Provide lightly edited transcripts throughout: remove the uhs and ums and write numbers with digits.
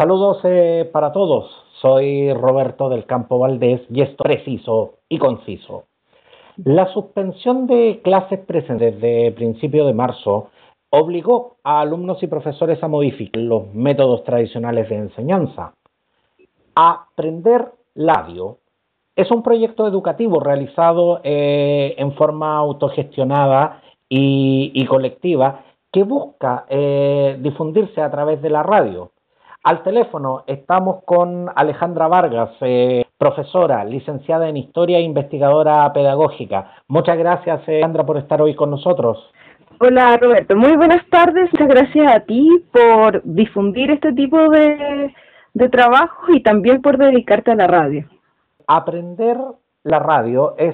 Saludos para todos. Soy Roberto del Campo Valdés y esto es preciso y conciso. La suspensión de clases presenciales desde principio de marzo obligó a alumnos y profesores a modificar los métodos tradicionales de enseñanza. Aprender radio es un proyecto educativo realizado en forma autogestionada y colectiva que busca difundirse a través de la radio. Al teléfono estamos con Alejandra Vargas, profesora, licenciada en Historia e investigadora pedagógica. Muchas gracias, Alejandra, por estar hoy con nosotros. Hola, Roberto. Muy buenas tardes. Muchas gracias a ti por difundir este tipo de trabajo y también por dedicarte a la radio. Aprender la radio es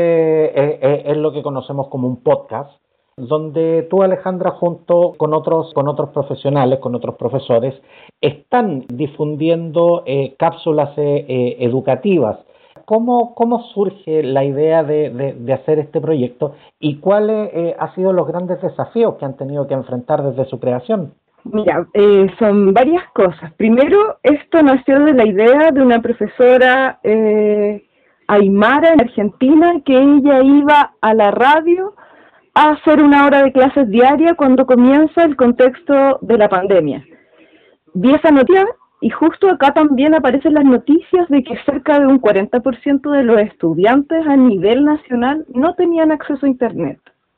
lo que conocemos como un podcast, donde tú, Alejandra, junto con otros profesionales, con otros profesores, están difundiendo cápsulas educativas. ¿Cómo surge la idea de hacer este proyecto y cuáles han sido los grandes desafíos que han tenido que enfrentar desde su creación? Mira, son varias cosas. Primero, esto nació de la idea de una profesora aymara en Argentina, que ella iba a la radio a hacer una hora de clases diaria cuando comienza el contexto de la pandemia. Vi esa noticia y justo acá también aparecen las noticias de que cerca de un 40% de los estudiantes a nivel nacional no tenían acceso a Internet.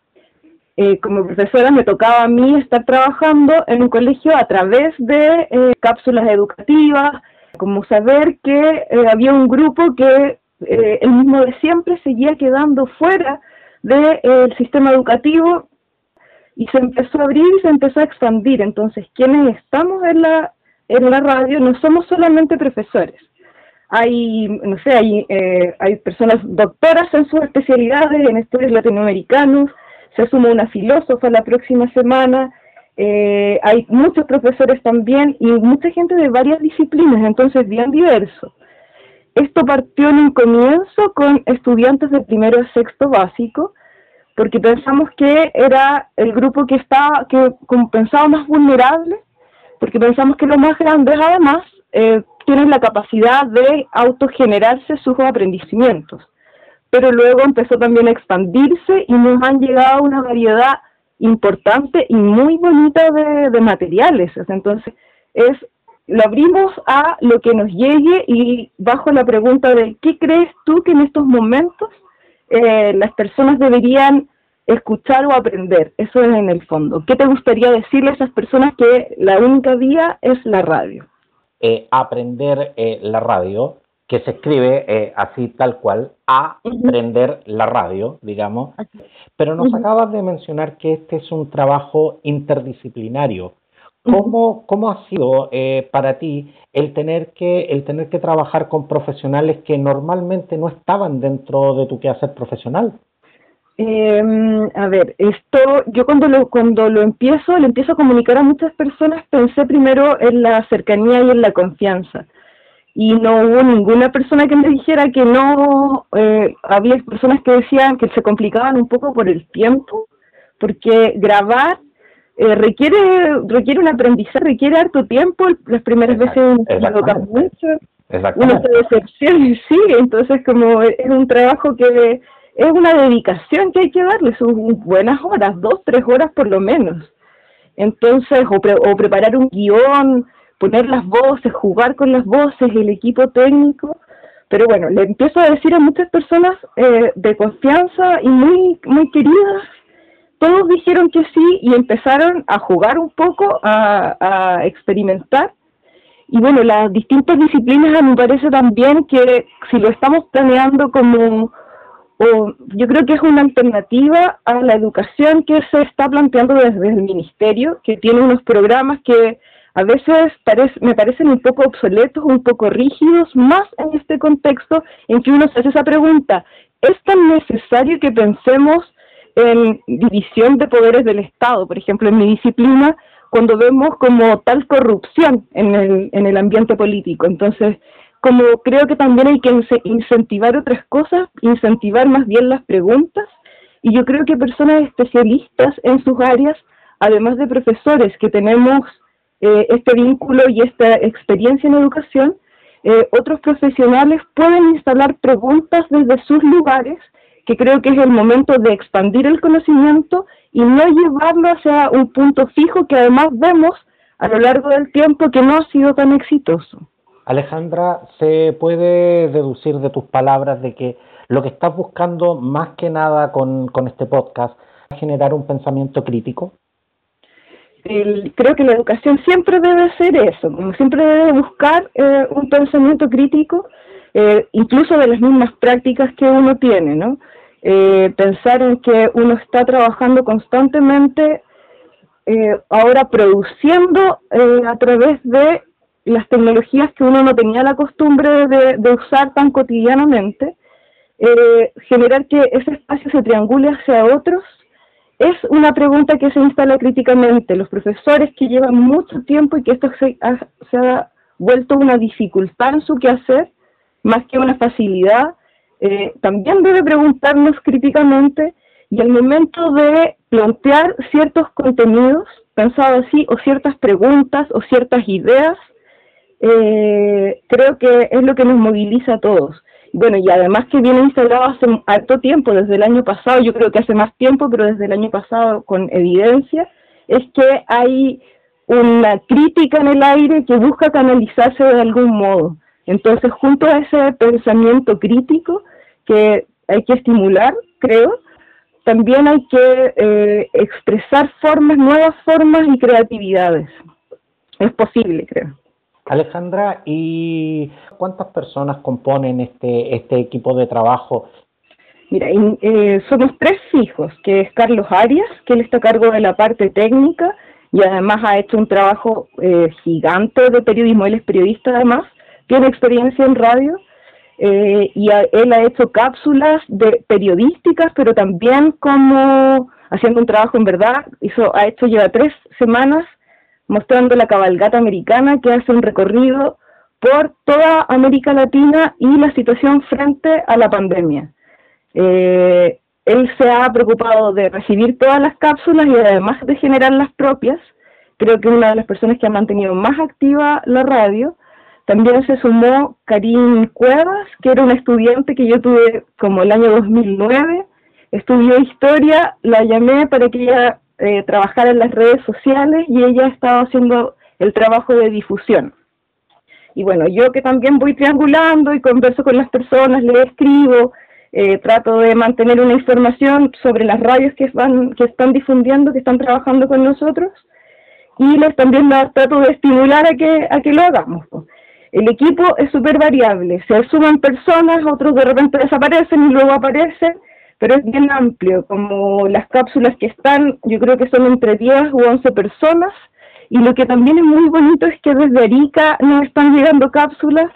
Como profesora me tocaba a mí estar trabajando en un colegio a través de cápsulas educativas, como saber que había un grupo que el mismo de siempre seguía quedando fuera del sistema educativo y se empezó a abrir y se empezó a expandir. Entonces, quienes estamos en la radio no somos solamente profesores. Hay personas doctoras en sus especialidades, en estudios latinoamericanos, se suma una filósofa la próxima semana, hay muchos profesores también y mucha gente de varias disciplinas, entonces bien diverso. Esto partió en un comienzo con estudiantes de primero a sexto básico, porque pensamos que era el grupo que pensaba más vulnerable, porque pensamos que los más grandes además tienen la capacidad de autogenerarse sus aprendimientos. Pero luego empezó también a expandirse y nos han llegado una variedad importante y muy bonita de materiales. Entonces, lo abrimos a lo que nos llegue y bajo la pregunta de ¿qué crees tú que en estos momentos las personas deberían escuchar o aprender? Eso es en el fondo. ¿Qué te gustaría decirle a esas personas que la única vía es la radio? Aprender la radio, que se escribe así tal cual, aprender la radio, digamos, pero nos acabas de mencionar que este es un trabajo interdisciplinario. ¿Cómo ha sido para ti el tener que trabajar con profesionales que normalmente no estaban dentro de tu quehacer profesional? A ver, yo cuando lo empiezo a comunicar a muchas personas, pensé primero en la cercanía y en la confianza. Y no hubo ninguna persona que me dijera que no. Había personas que decían que se complicaban un poco por el tiempo, porque grabar requiere un aprendizaje, requiere harto tiempo. Las primeras veces uno se equivoca mucho, uno se decepciona, sí. Entonces, como es un trabajo que es una dedicación que hay que darle, son buenas horas, 2, 3 horas por lo menos. Entonces, o preparar un guión, poner las voces, jugar con las voces, el equipo técnico. Pero bueno, le empiezo a decir a muchas personas de confianza y muy, muy queridas, todos dijeron que sí y empezaron a jugar un poco, a experimentar. Y bueno, las distintas disciplinas me parece también que si lo estamos planeando yo creo que es una alternativa a la educación que se está planteando desde el ministerio, que tiene unos programas que a veces me parecen un poco obsoletos, un poco rígidos, más en este contexto en que uno se hace esa pregunta, ¿es tan necesario que pensemos en división de poderes del Estado? Por ejemplo, en mi disciplina, cuando vemos como tal corrupción en el ambiente político. Entonces, como creo que también hay que incentivar otras cosas, incentivar más bien las preguntas, y yo creo que personas especialistas en sus áreas, además de profesores que tenemos este vínculo y esta experiencia en educación, otros profesionales pueden instalar preguntas desde sus lugares, que creo que es el momento de expandir el conocimiento y no llevarlo hacia un punto fijo que además vemos a lo largo del tiempo que no ha sido tan exitoso. Alejandra, ¿se puede deducir de tus palabras de que lo que estás buscando más que nada con este podcast es generar un pensamiento crítico? Creo que la educación siempre debe ser eso, como siempre debe buscar un pensamiento crítico, incluso de las mismas prácticas que uno tiene, ¿no? Pensar en que uno está trabajando constantemente, ahora produciendo a través de las tecnologías que uno no tenía la costumbre de usar tan cotidianamente, generar que ese espacio se triangule hacia otros, es una pregunta que se instala críticamente. Los profesores que llevan mucho tiempo y que esto se ha vuelto una dificultad en su quehacer, más que una facilidad, también debe preguntarnos críticamente, y al momento de plantear ciertos contenidos, pensado así, o ciertas preguntas, o ciertas ideas, creo que es lo que nos moviliza a todos. Bueno, y además que viene instalado hace harto tiempo, desde el año pasado, yo creo que hace más tiempo, pero desde el año pasado con evidencia, es que hay una crítica en el aire que busca canalizarse de algún modo. Entonces, junto a ese pensamiento crítico que hay que estimular, creo, también hay que expresar nuevas formas y creatividades. Es posible, creo. Alejandra, ¿y cuántas personas componen este equipo de trabajo? Mira, somos 3 fijos, que es Carlos Arias, que él está a cargo de la parte técnica y además ha hecho un trabajo gigante de periodismo. Él es periodista además, tiene experiencia en radio y él ha hecho cápsulas periodísticas, pero también como haciendo un trabajo en verdad. Lleva 3 semanas mostrando la cabalgata americana, que hace un recorrido por toda América Latina y la situación frente a la pandemia. Él se ha preocupado de recibir todas las cápsulas y además de generar las propias. Creo que una de las personas que ha mantenido más activa la radio. También se sumó Karin Cuevas, que era una estudiante que yo tuve como el año 2009, estudió historia, la llamé para que ella trabajar en las redes sociales y ella estaba haciendo el trabajo de difusión. Y bueno, yo que también voy triangulando y converso con las personas, le escribo, trato de mantener una información sobre las radios que están difundiendo, que están trabajando con nosotros, y también trato de estimular a que lo hagamos. El equipo es súper variable, se suman personas, otros de repente desaparecen y luego aparecen, pero es bien amplio, como las cápsulas que están, yo creo que son entre 10 u 11 personas, y lo que también es muy bonito es que desde Arica nos están llegando cápsulas,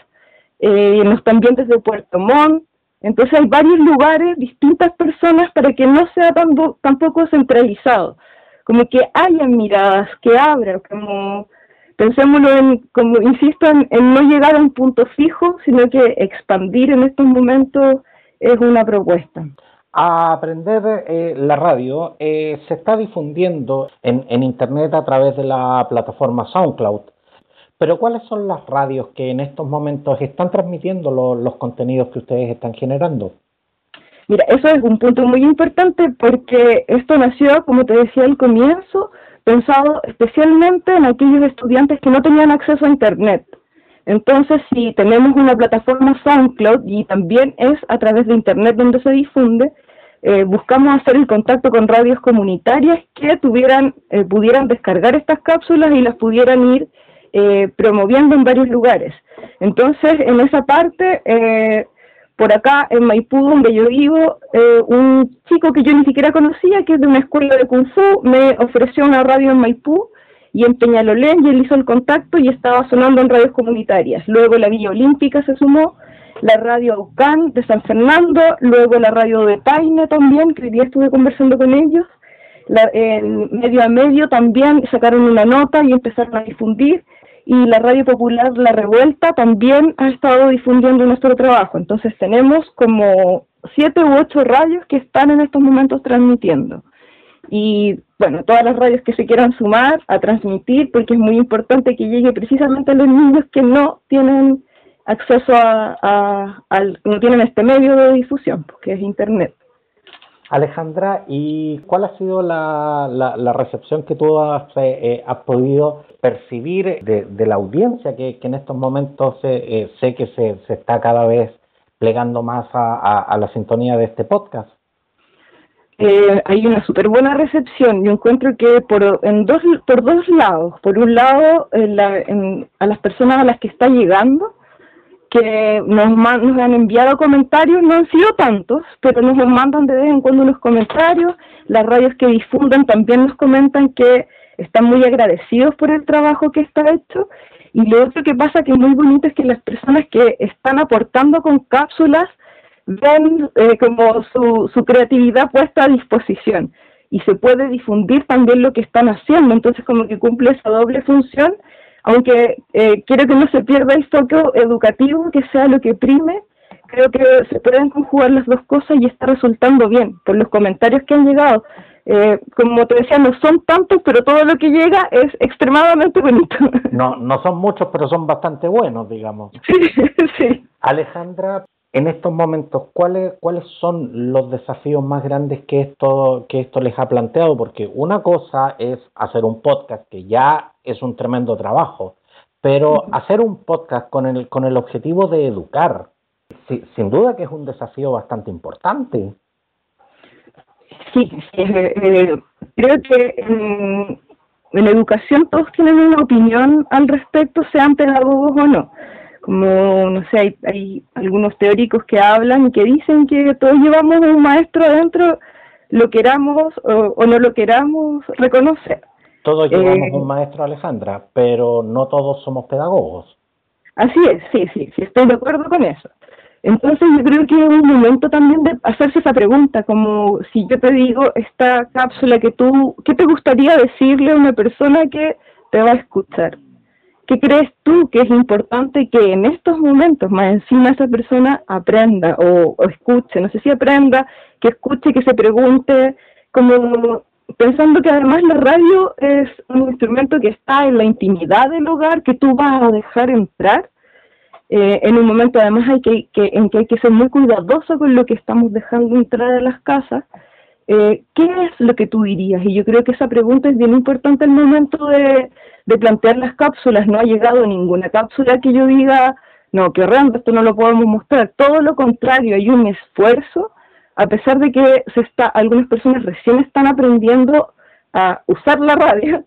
también desde Puerto Montt, entonces hay varios lugares, distintas personas, para que no sea tampoco centralizado, como que hayan miradas, que abran, como pensémoslo como insisto, en no llegar a un punto fijo, sino que expandir en estos momentos es una propuesta. A aprender la radio se está difundiendo en Internet a través de la plataforma SoundCloud. Pero ¿cuáles son las radios que en estos momentos están transmitiendo los contenidos que ustedes están generando? Mira, eso es un punto muy importante porque esto nació, como te decía al comienzo, pensado especialmente en aquellos estudiantes que no tenían acceso a Internet. Entonces, si tenemos una plataforma SoundCloud y también es a través de Internet donde se difunde, buscamos hacer el contacto con radios comunitarias que pudieran descargar estas cápsulas y las pudieran ir promoviendo en varios lugares. Entonces, en esa parte, por acá en Maipú, donde yo vivo, un chico que yo ni siquiera conocía, que es de una escuela de Kung Fu, me ofreció una radio en Maipú y en Peñalolén, y él hizo el contacto y estaba sonando en radios comunitarias. Luego la Villa Olímpica se sumó, la radio Aucán de San Fernando, luego la radio de Paine también, que hoy día estuve conversando con ellos, en Medio a Medio también sacaron una nota y empezaron a difundir, y la radio popular La Revuelta también ha estado difundiendo nuestro trabajo. Entonces tenemos como 7 u 8 radios que están en estos momentos transmitiendo. y bueno, todas las radios que se quieran sumar a transmitir, porque es muy importante que llegue precisamente a los niños que no tienen acceso no tienen este medio de difusión, que es Internet. Alejandra, ¿y cuál ha sido la recepción que tú has podido percibir de la audiencia que en estos momentos sé que se está cada vez plegando más a la sintonía de este podcast? Hay una súper buena recepción. Yo encuentro que por dos lados. Por un lado, a las personas a las que está llegando, que nos han enviado comentarios, no han sido tantos, pero nos mandan de vez en cuando unos comentarios. Las radios que difunden también nos comentan que están muy agradecidos por el trabajo que está hecho. Y lo otro que pasa que es muy bonito es que las personas que están aportando con cápsulas ven como su creatividad puesta a disposición y se puede difundir también lo que están haciendo, entonces como que cumple esa doble función, aunque quiero que no se pierda el foco educativo, que sea lo que prime. Creo que se pueden conjugar las dos cosas y está resultando bien por los comentarios que han llegado. Como te decía, no son tantos, pero todo lo que llega es extremadamente bonito. No son muchos, pero son bastante buenos, digamos. Sí, sí. Alejandra, en estos momentos, ¿cuáles son los desafíos más grandes que esto les ha planteado? Porque una cosa es hacer un podcast, que ya es un tremendo trabajo, pero hacer un podcast con el objetivo de educar, sin duda que es un desafío bastante importante. Sí, creo que en educación todos tienen una opinión al respecto, sean pedagogos o no. Como, no sé, hay algunos teóricos que hablan y que dicen que todos llevamos un maestro adentro, lo queramos o no lo queramos reconocer. Todos llevamos un maestro, Alejandra, pero no todos somos pedagogos. Así es, sí, estoy de acuerdo con eso. Entonces yo creo que es un momento también de hacerse esa pregunta, como si yo te digo esta cápsula ¿qué te gustaría decirle a una persona que te va a escuchar? ¿Qué crees tú que es importante que en estos momentos más encima esa persona aprenda o escuche? No sé si aprenda, que escuche, que se pregunte, como pensando que además la radio es un instrumento que está en la intimidad del hogar, que tú vas a dejar entrar. En un momento además en que hay que ser muy cuidadoso con lo que estamos dejando entrar a las casas. ¿Qué es lo que tú dirías? Y yo creo que esa pregunta es bien importante al momento de plantear las cápsulas. No ha llegado ninguna cápsula que yo diga, no, qué horrendo, esto no lo podemos mostrar. Todo lo contrario, hay un esfuerzo, a pesar de que algunas personas recién están aprendiendo a usar la radio,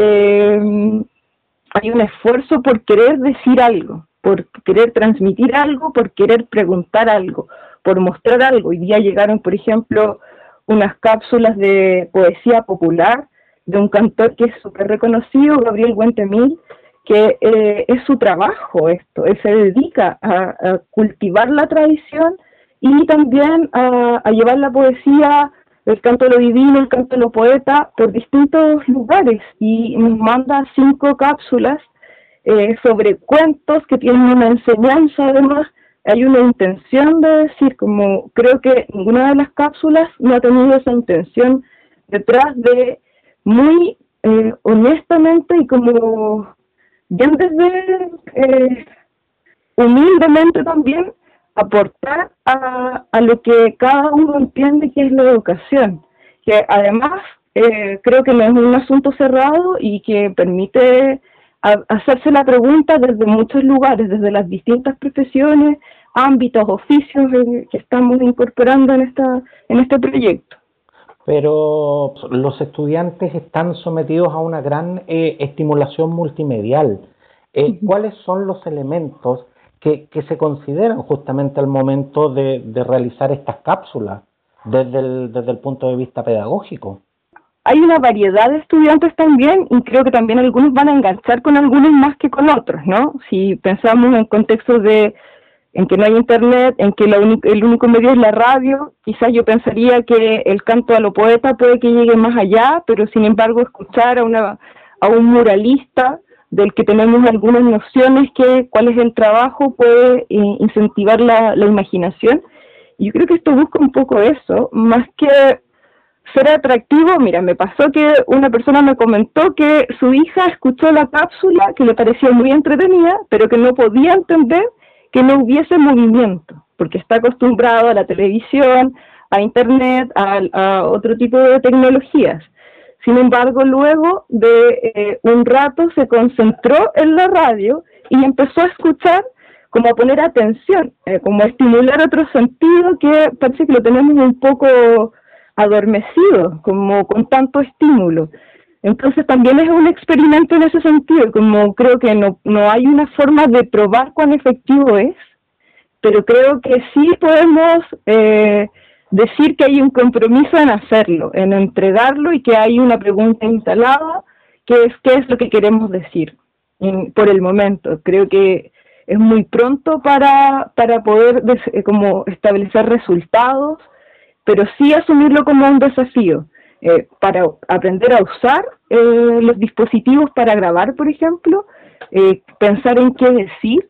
hay un esfuerzo por querer decir algo, por querer transmitir algo, por querer preguntar algo, por mostrar algo. Hoy día llegaron, por ejemplo, unas cápsulas de poesía popular de un cantor que es súper reconocido, Gabriel Buentemil, que es su trabajo esto, él se dedica a cultivar la tradición y también a llevar la poesía, el canto de lo divino, el canto de lo poeta, por distintos lugares, y nos manda 5 cápsulas sobre cuentos que tienen una enseñanza. Además hay una intención de decir, como creo que ninguna de las cápsulas no ha tenido esa intención detrás de muy honestamente y como bien desde humildemente también aportar a lo que cada uno entiende que es la educación, que además creo que no es un asunto cerrado y que permite hacerse la pregunta desde muchos lugares, desde las distintas profesiones, ámbitos, oficios que estamos incorporando en este proyecto. Pero los estudiantes están sometidos a una gran estimulación multimedial. ¿Cuáles son los elementos que se consideran justamente al momento de realizar estas cápsulas desde el punto de vista pedagógico? Hay una variedad de estudiantes también, y creo que también algunos van a enganchar con algunos más que con otros, ¿no? Si pensamos en contextos en que no hay internet, en que el único medio es la radio, quizás yo pensaría que el canto a lo poeta puede que llegue más allá, pero sin embargo escuchar a un muralista del que tenemos algunas nociones cuál es el trabajo, puede incentivar la imaginación. Y yo creo que esto busca un poco eso, más que ser atractivo. Mira, me pasó que una persona me comentó que su hija escuchó la cápsula, que le pareció muy entretenida, pero que no podía entender que no hubiese movimiento, porque está acostumbrado a la televisión, a internet, a otro tipo de tecnologías. Sin embargo, luego de un rato se concentró en la radio y empezó a escuchar, como a poner atención, como a estimular otro sentido que parece que lo tenemos un poco adormecido, como con tanto estímulo. Entonces también es un experimento en ese sentido, como creo que no hay una forma de probar cuán efectivo es, pero creo que sí podemos decir que hay un compromiso en hacerlo, en entregarlo, y que hay una pregunta instalada, que es ¿qué es lo que queremos decir? Por el momento, creo que es muy pronto para poder como establecer resultados, pero sí asumirlo como un desafío, para aprender a usar los dispositivos para grabar, por ejemplo, pensar en qué decir,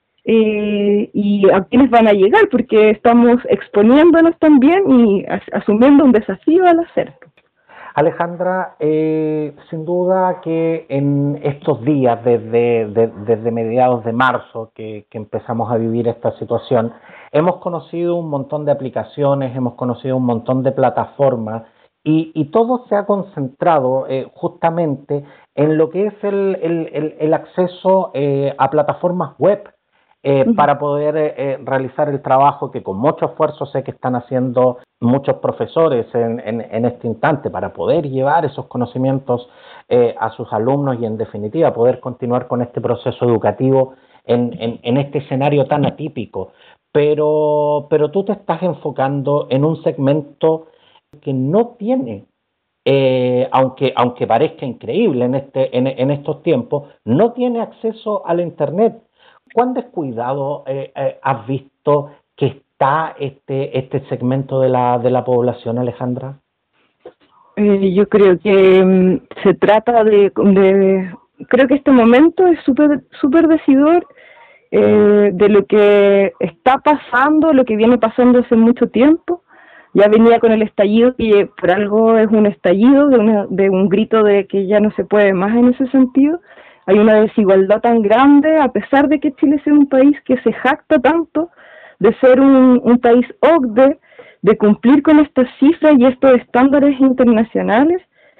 y a quiénes van a llegar, porque estamos exponiéndonos también y asumiendo un desafío al hacerlo. Alejandra, sin duda que en estos días, desde mediados de marzo que empezamos a vivir esta situación, hemos conocido un montón de aplicaciones, hemos conocido un montón de plataformas, y todo se ha concentrado justamente en lo que es el acceso a plataformas web, para poder realizar el trabajo que con mucho esfuerzo sé que están haciendo muchos profesores en este instante, para poder llevar esos conocimientos a sus alumnos y en definitiva poder continuar con este proceso educativo en este escenario tan atípico. Pero tú te estás enfocando en un segmento que no tiene, aunque parezca increíble en estos tiempos, no tiene acceso al Internet. ¿Cuán descuidado has visto que está este segmento de la población, Alejandra? Yo creo que se trata creo que este momento es súper decidor de lo que está pasando, lo que viene pasando hace mucho tiempo. Ya venía con el estallido, y por algo es un estallido, de un grito de que ya no se puede más en ese sentido. Hay una desigualdad tan grande, a pesar de que Chile sea un país que se jacta tanto de ser un país OCDE, de cumplir con estas cifras y estos estándares internacionales,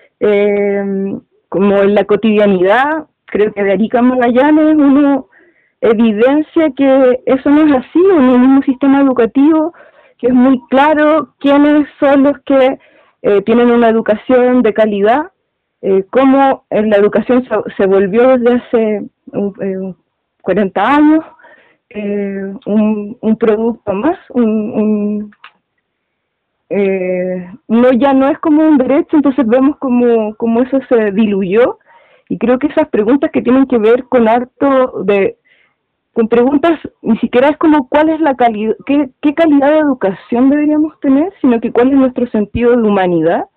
como en la cotidianidad. Creo que de Arica a Magallanes uno evidencia que eso no es así, en el mismo sistema educativo, que es muy claro quiénes son los que tienen una educación de calidad, cómo en la educación se volvió desde hace 40 años un producto más, ya no es como un derecho. Entonces vemos como eso se diluyó, y creo que esas preguntas que tienen que ver con con preguntas, ni siquiera es como cuál es la calidad, qué calidad de educación deberíamos tener, sino que cuál es nuestro sentido de humanidad.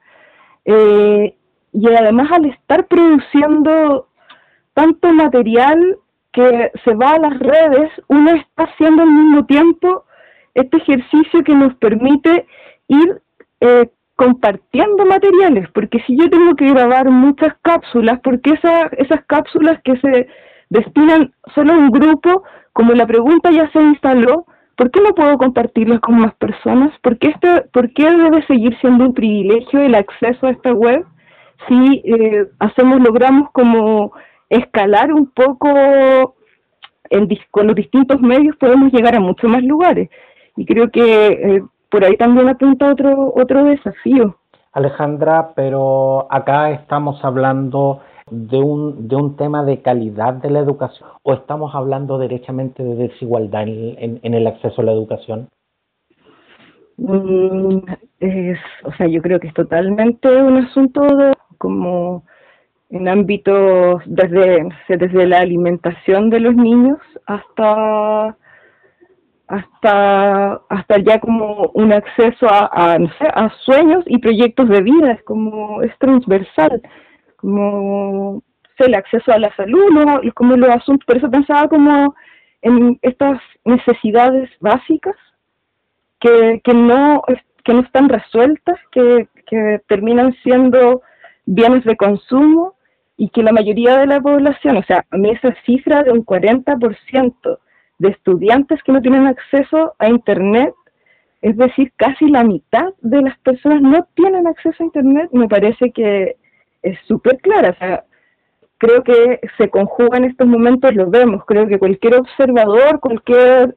Y además, al estar produciendo tanto material que se va a las redes, uno está haciendo al mismo tiempo este ejercicio que nos permite ir compartiendo materiales, porque si yo tengo que grabar muchas cápsulas, porque esas cápsulas que se destinan solo a un grupo, como la pregunta ya se instaló, ¿por qué no puedo compartirlas con más personas? ¿Por qué debe seguir siendo un privilegio el acceso a esta web? Si logramos como escalar un poco con los distintos medios, podemos llegar a muchos más lugares. Y creo que por ahí también apunta otro desafío. Alejandra, pero acá estamos hablando de un tema de calidad de la educación, ¿o estamos hablando derechamente de desigualdad en el acceso a la educación? Yo creo que es totalmente un asunto como en ámbitos desde la alimentación de los niños hasta ya como un acceso a sueños y proyectos de vida. Es transversal, como el acceso a la salud, ¿no? Como los asuntos. Por eso pensaba como en estas necesidades básicas que no están resueltas, que que terminan siendo bienes de consumo y que la mayoría de la población, o sea, a mí esa cifra de un 40% de estudiantes que no tienen acceso a Internet, es decir, casi la mitad de las personas no tienen acceso a Internet, me parece que es súper clara. O sea, creo que se conjuga en estos momentos, lo vemos, creo que cualquier observador, cualquier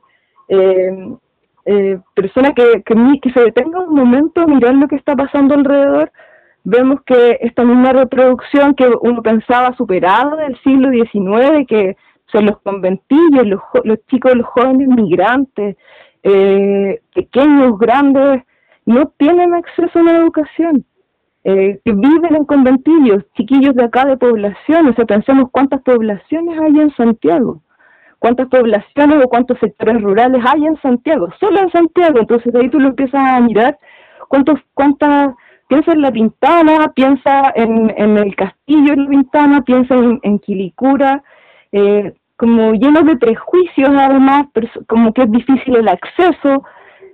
persona que se detenga un momento a mirar lo que está pasando alrededor, vemos que esta misma reproducción que uno pensaba superada del siglo XIX, que son los conventillos, los chicos, los jóvenes migrantes, pequeños, grandes, no tienen acceso a una educación, que viven en conventillos, chiquillos de acá de población. O sea, pensemos cuántas poblaciones hay en Santiago, cuántas poblaciones o cuántos sectores rurales hay en Santiago, solo en Santiago. Entonces de ahí tú lo empiezas a mirar, cuántas, piensa en La Pintana, piensa en el castillo en La Pintana, piensa en Quilicura, como llenos de prejuicios además, como que es difícil el acceso,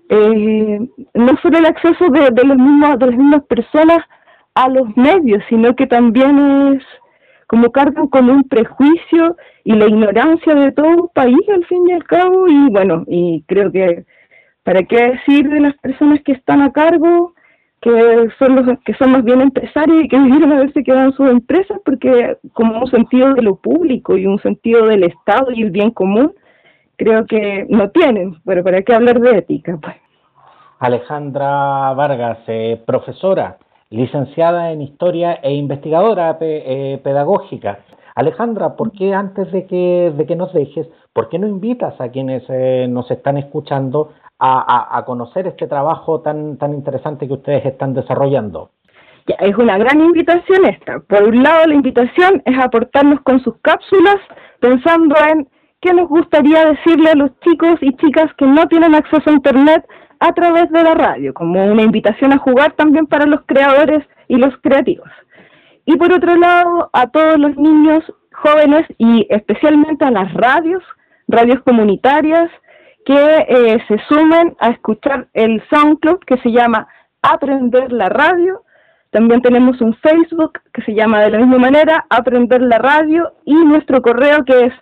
no solo el acceso de las mismas personas a los medios, sino que también es como cargan con un prejuicio y la ignorancia de todo un país al fin y al cabo. Y bueno, y creo que para qué decir de las personas que están a cargo, que son más bien empresarios y que debieron haberse quedado en sus empresas, porque como un sentido de lo público y un sentido del Estado y el bien común, creo que no tienen. Pero ¿para qué hablar de ética? Pues. Alejandra Vargas, profesora, licenciada en Historia e investigadora pedagógica. Alejandra, ¿por qué antes de que nos dejes, por qué no invitas a quienes nos están escuchando a conocer este trabajo tan interesante que ustedes están desarrollando? Ya, es una gran invitación esta. Por un lado, la invitación es aportarnos con sus cápsulas, pensando en qué nos gustaría decirle a los chicos y chicas que no tienen acceso a Internet a través de la radio, como una invitación a jugar también para los creadores y los creativos. Y por otro lado, a todos los niños, jóvenes y especialmente a las radios comunitarias, que se sumen a escuchar el SoundCloud que se llama Aprender la Radio. También tenemos un Facebook que se llama de la misma manera, Aprender la Radio, y nuestro correo que es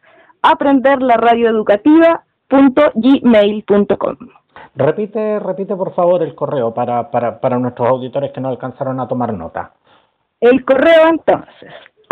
aprenderlaradioeducativa.gmail.com. Repite por favor el correo para nuestros auditores que no alcanzaron a tomar nota. El correo entonces,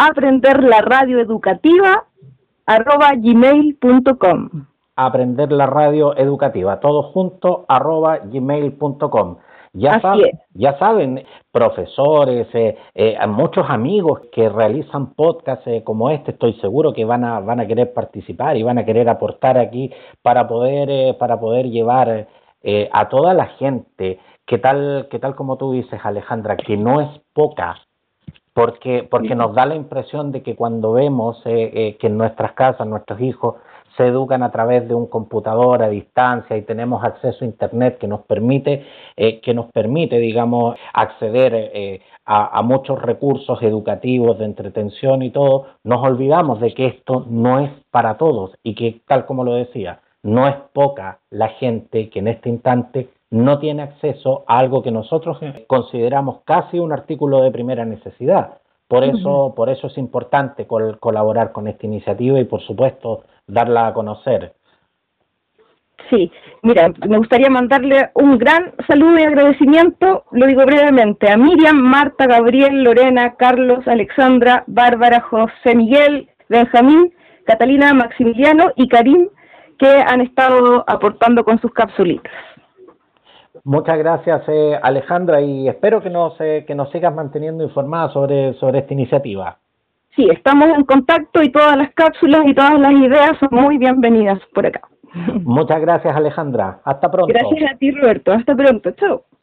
aprenderlaradioeducativa@gmail.com. Aprender la radio educativa, todo junto, @gmail.com. Ya saben, profesores, muchos amigos que realizan podcasts como este, estoy seguro que van a querer participar y van a querer aportar aquí para poder llevar a toda la gente, que tal como tú dices, Alejandra, que no es poca, porque nos da la impresión de que cuando vemos que en nuestras casas nuestros hijos se educan a través de un computador a distancia y tenemos acceso a Internet que nos permite, digamos, acceder a muchos recursos educativos de entretención y todo, nos olvidamos de que esto no es para todos y que, tal como lo decía, no es poca la gente que en este instante no tiene acceso a algo que nosotros consideramos casi un artículo de primera necesidad. Por eso es importante colaborar con esta iniciativa y, por supuesto, darla a conocer. Sí, mira, me gustaría mandarle un gran saludo y agradecimiento, lo digo brevemente, a Miriam, Marta, Gabriel, Lorena, Carlos, Alexandra, Bárbara, José Miguel, Benjamín, Catalina, Maximiliano y Karim, que han estado aportando con sus capsulitas. Muchas gracias, Alejandra, y espero que nos sigas manteniendo informada sobre esta iniciativa. Sí, estamos en contacto y todas las cápsulas y todas las ideas son muy bienvenidas por acá. Muchas gracias, Alejandra. Hasta pronto. Gracias a ti, Roberto. Hasta pronto. Chao.